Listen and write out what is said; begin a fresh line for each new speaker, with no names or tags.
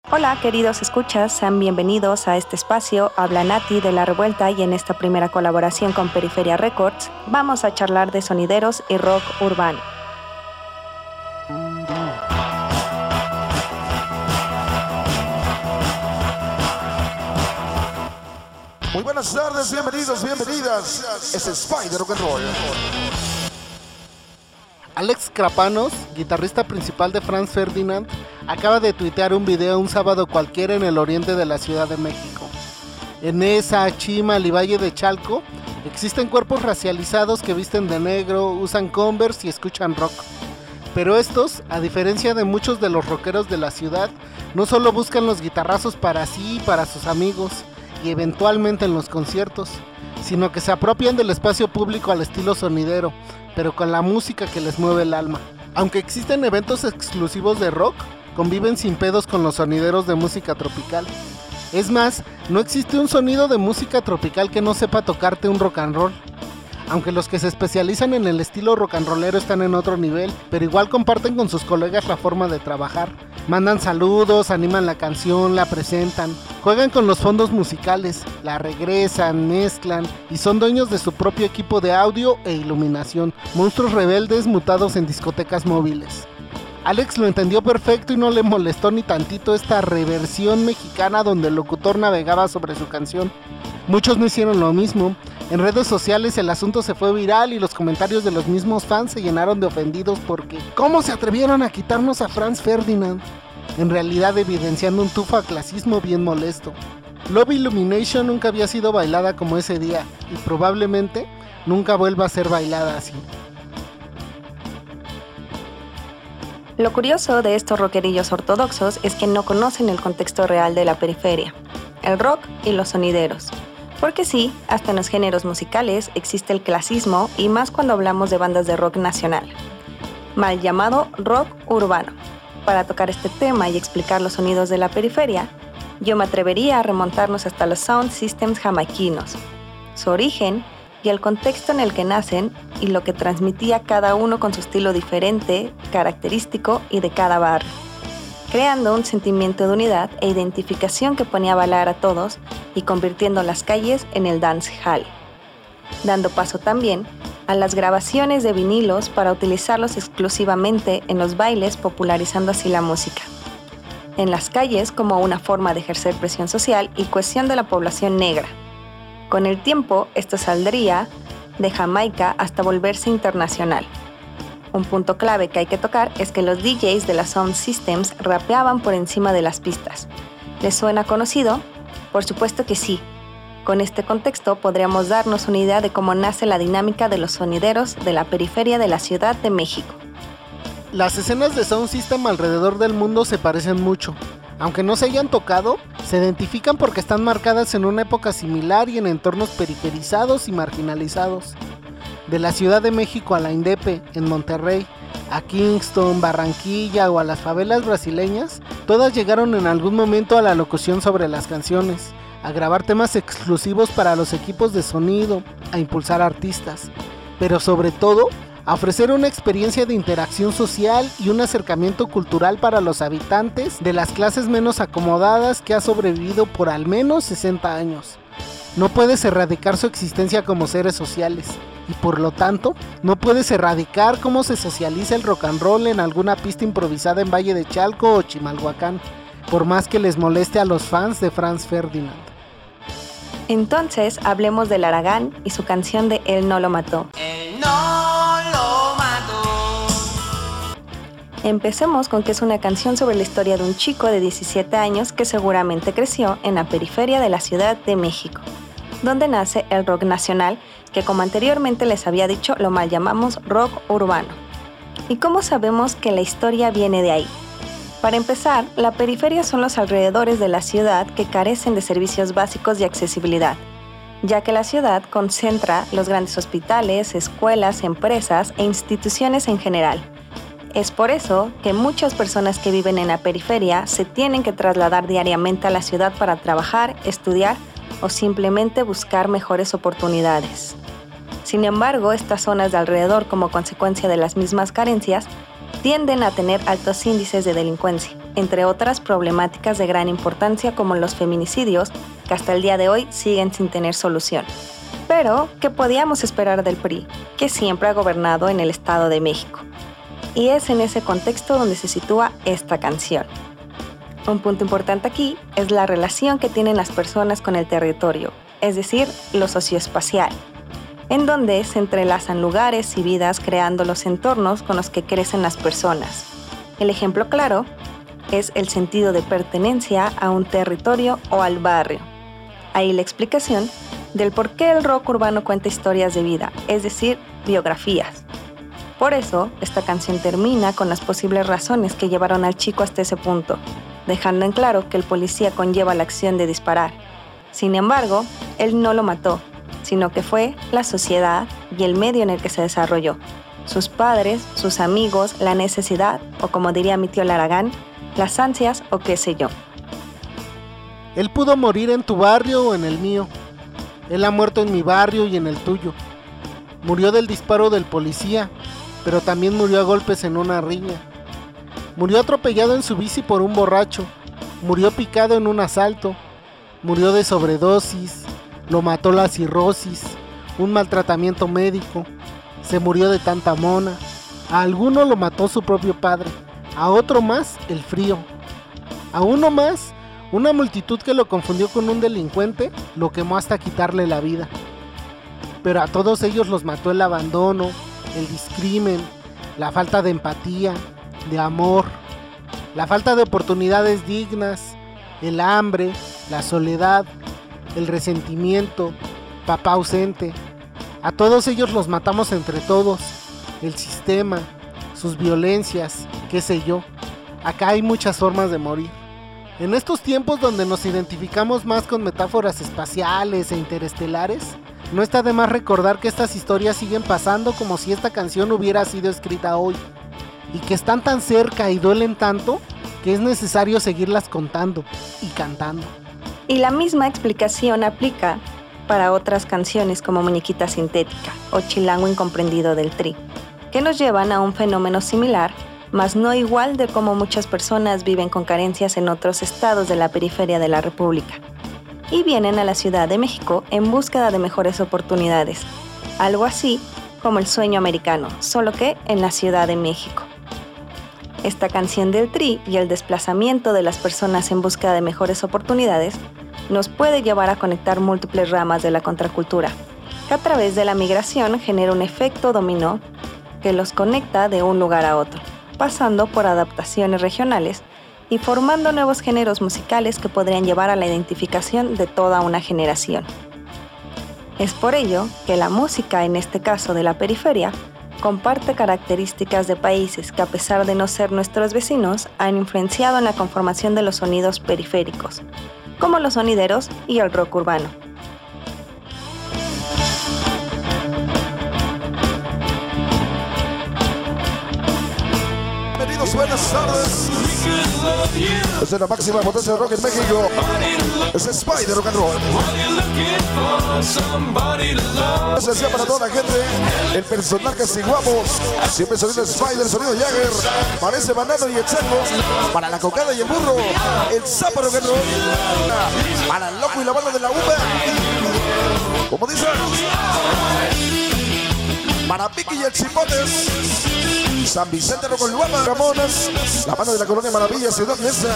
Hola queridos escuchas, sean bienvenidos a este espacio Habla Nati de La Revuelta, y en esta primera colaboración con Periferia Records vamos a charlar de sonideros y rock urbano.
Muy buenas tardes, bienvenidos, bienvenidas. Es Spider Rock and Roll.
Alex Crapanos, guitarrista principal de Franz Ferdinand, acaba de tuitear un video un sábado cualquiera en el oriente de la Ciudad de México. En esa, Chimal y Valle de Chalco existen cuerpos racializados que visten de negro, usan Converse y escuchan rock. Pero estos, a diferencia de muchos de los rockeros de la ciudad, no solo buscan los guitarrazos para sí y para sus amigos, y eventualmente en los conciertos, sino que se apropian del espacio público al estilo sonidero, pero con la música que les mueve el alma. Aunque existen eventos exclusivos de rock, conviven sin pedos con los sonideros de música tropical. Es más, no existe un sonido de música tropical que no sepa tocarte un rock and roll. Aunque los que se especializan en el estilo rock and rollero están en otro nivel, pero igual comparten con sus colegas la forma de trabajar. Mandan saludos, animan la canción, la presentan, juegan con los fondos musicales, la regresan, mezclan y son dueños de su propio equipo de audio e iluminación, monstruos rebeldes mutados en discotecas móviles. Alex lo entendió perfecto y no le molestó ni tantito esta reversión mexicana donde el locutor navegaba sobre su canción. Muchos no hicieron lo mismo. En redes sociales el asunto se fue viral y los comentarios de los mismos fans se llenaron de ofendidos porque ¿cómo se atrevieron a quitarnos a Franz Ferdinand? En realidad evidenciando un tufo a clasismo bien molesto. Love Illumination nunca había sido bailada como ese día y probablemente nunca vuelva a ser bailada así.
Lo curioso de estos rockerillos ortodoxos es que no conocen el contexto real de la periferia, el rock y los sonideros. Porque sí, hasta en los géneros musicales existe el clasismo, y más cuando hablamos de bandas de rock nacional, mal llamado rock urbano. Para tocar este tema y explicar los sonidos de la periferia, yo me atrevería a remontarnos hasta los sound systems jamaiquinos, su origen y el contexto en el que nacen y lo que transmitía cada uno con su estilo diferente, característico y de cada barrio, creando un sentimiento de unidad e identificación que ponía a bailar a todos y convirtiendo las calles en el dance hall, dando paso también a las grabaciones de vinilos para utilizarlos exclusivamente en los bailes, popularizando así la música en las calles como una forma de ejercer presión social y cohesión de la población negra. Con el tiempo, esto saldría de Jamaica hasta volverse internacional. Un punto clave que hay que tocar es que los DJs de las Sound Systems rapeaban por encima de las pistas. ¿Les suena conocido? Por supuesto que sí. Con este contexto podríamos darnos una idea de cómo nace la dinámica de los sonideros de la periferia de la Ciudad de México.
Las escenas de Sound System alrededor del mundo se parecen mucho. Aunque no se hayan tocado, se identifican porque están marcadas en una época similar y en entornos periferizados y marginalizados. De la Ciudad de México a la Indepe, en Monterrey, a Kingston, Barranquilla o a las favelas brasileñas, todas llegaron en algún momento a la locución sobre las canciones, a grabar temas exclusivos para los equipos de sonido, a impulsar artistas, pero sobre todo a ofrecer una experiencia de interacción social y un acercamiento cultural para los habitantes de las clases menos acomodadas que ha sobrevivido por al menos 60 años. No puedes erradicar su existencia como seres sociales y por lo tanto no puedes erradicar cómo se socializa el rock and roll en alguna pista improvisada en Valle de Chalco o Chimalhuacán, por más que les moleste a los fans de Franz Ferdinand.
Entonces hablemos del Aragán y su canción de Él no lo mató.
Él no lo mató.
Empecemos con que es una canción sobre la historia de un chico de 17 años que seguramente creció en la periferia de la Ciudad de México, donde nace el rock nacional, que como anteriormente les había dicho lo mal llamamos rock urbano. ¿Y cómo sabemos que la historia viene de ahí? Para empezar, la periferia son los alrededores de la ciudad que carecen de servicios básicos y accesibilidad, ya que la ciudad concentra los grandes hospitales, escuelas, empresas e instituciones en general. Es por eso que muchas personas que viven en la periferia se tienen que trasladar diariamente a la ciudad para trabajar, estudiar o simplemente buscar mejores oportunidades. Sin embargo, estas zonas de alrededor, como consecuencia de las mismas carencias, tienden a tener altos índices de delincuencia, entre otras problemáticas de gran importancia como los feminicidios, que hasta el día de hoy siguen sin tener solución. Pero, ¿qué podíamos esperar del PRI, que siempre ha gobernado en el Estado de México? Y es en ese contexto donde se sitúa esta canción. Un punto importante aquí es la relación que tienen las personas con el territorio, es decir, lo socioespacial, en donde se entrelazan lugares y vidas creando los entornos con los que crecen las personas. El ejemplo claro es el sentido de pertenencia a un territorio o al barrio. Ahí la explicación del por qué el rock urbano cuenta historias de vida, es decir, biografías. Por eso, esta canción termina con las posibles razones que llevaron al chico hasta ese punto, dejando en claro que el policía conlleva la acción de disparar. Sin embargo, él no lo mató, sino que fue la sociedad y el medio en el que se desarrolló. Sus padres, sus amigos, la necesidad, o como diría mi tío Laragán, las ansias o qué sé yo.
Él pudo morir en tu barrio o en el mío. Él ha muerto en mi barrio y en el tuyo. Murió del disparo del policía, pero también murió a golpes en una riña. Murió atropellado en su bici por un borracho. Murió picado en un asalto. Murió de sobredosis. Lo mató la cirrosis, un maltratamiento médico. Se murió de tanta mona. A alguno lo mató su propio padre. A otro más, el frío. A uno más, una multitud que lo confundió con un delincuente, lo quemó hasta quitarle la vida. Pero a todos ellos los mató el abandono, el discrimen, la falta de empatía, de amor, la falta de oportunidades dignas, el hambre, la soledad, el resentimiento, papá ausente. A todos ellos los matamos entre todos, el sistema, sus violencias, qué sé yo. Acá hay muchas formas de morir. En estos tiempos donde nos identificamos más con metáforas espaciales e interestelares, no está de más recordar que estas historias siguen pasando como si esta canción hubiera sido escrita hoy, y que están tan cerca y duelen tanto que es necesario seguirlas contando y cantando.
Y la misma explicación aplica para otras canciones como Muñequita Sintética o Chilango Incomprendido del Tri, que nos llevan a un fenómeno similar, mas no igual de cómo muchas personas viven con carencias en otros estados de la periferia de la República y vienen a la Ciudad de México en búsqueda de mejores oportunidades, algo así como el sueño americano, solo que en la Ciudad de México. Esta canción del Tri y el desplazamiento de las personas en búsqueda de mejores oportunidades nos puede llevar a conectar múltiples ramas de la contracultura, que a través de la migración genera un efecto dominó que los conecta de un lugar a otro, pasando por adaptaciones regionales y formando nuevos géneros musicales que podrían llevar a la identificación de toda una generación. Es por ello que la música, en este caso de la periferia, comparte características de países que, a pesar de no ser nuestros vecinos, han influenciado en la conformación de los sonidos periféricos, como los sonideros y el rock urbano.
Bienvenidos, buenas tardes. Desde la máxima potencia de rock en México, es Spy de Rock and Roll. Gracias para toda la gente, el personaje sin guapos, siempre sonido Spy, el sonido Jagger, parece banano y el chango, para la cocada y el burro, el sapo Rock and Roll, para el loco y la banda de la uva, como dicen, para Vicky y el Chipotes, San Vicente Rock and Roll, Ramones, la banda de la Colonia Maravilla, Ciudad Neza,